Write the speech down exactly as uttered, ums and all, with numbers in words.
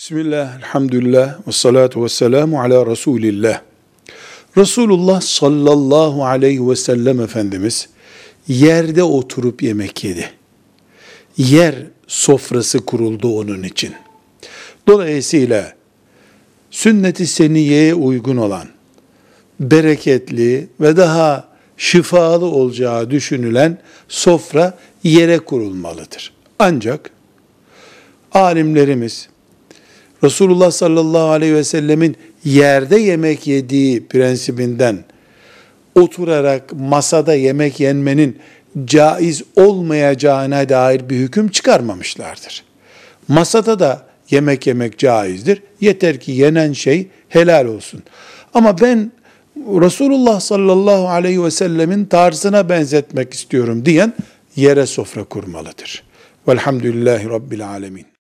Bismillah, elhamdülillah, ve salatu ve selamu ala Resulillah. Resulullah sallallahu aleyhi ve sellem Efendimiz yerde oturup yemek yedi. Yer sofrası kuruldu onun için. Dolayısıyla sünnet-i seniyeye uygun olan, bereketli ve daha şifalı olacağı düşünülen sofra yere kurulmalıdır. Ancak alimlerimiz Resulullah sallallahu aleyhi ve sellemin yerde yemek yediği prensibinden oturarak masada yemek yenmenin caiz olmayacağına dair bir hüküm çıkarmamışlardır. Masada da yemek yemek caizdir. Yeter ki yenen şey helal olsun. Ama ben Resulullah sallallahu aleyhi ve sellemin tarzına benzetmek istiyorum diyen yere sofra kurmalıdır. Velhamdülillahi Rabbil alemin.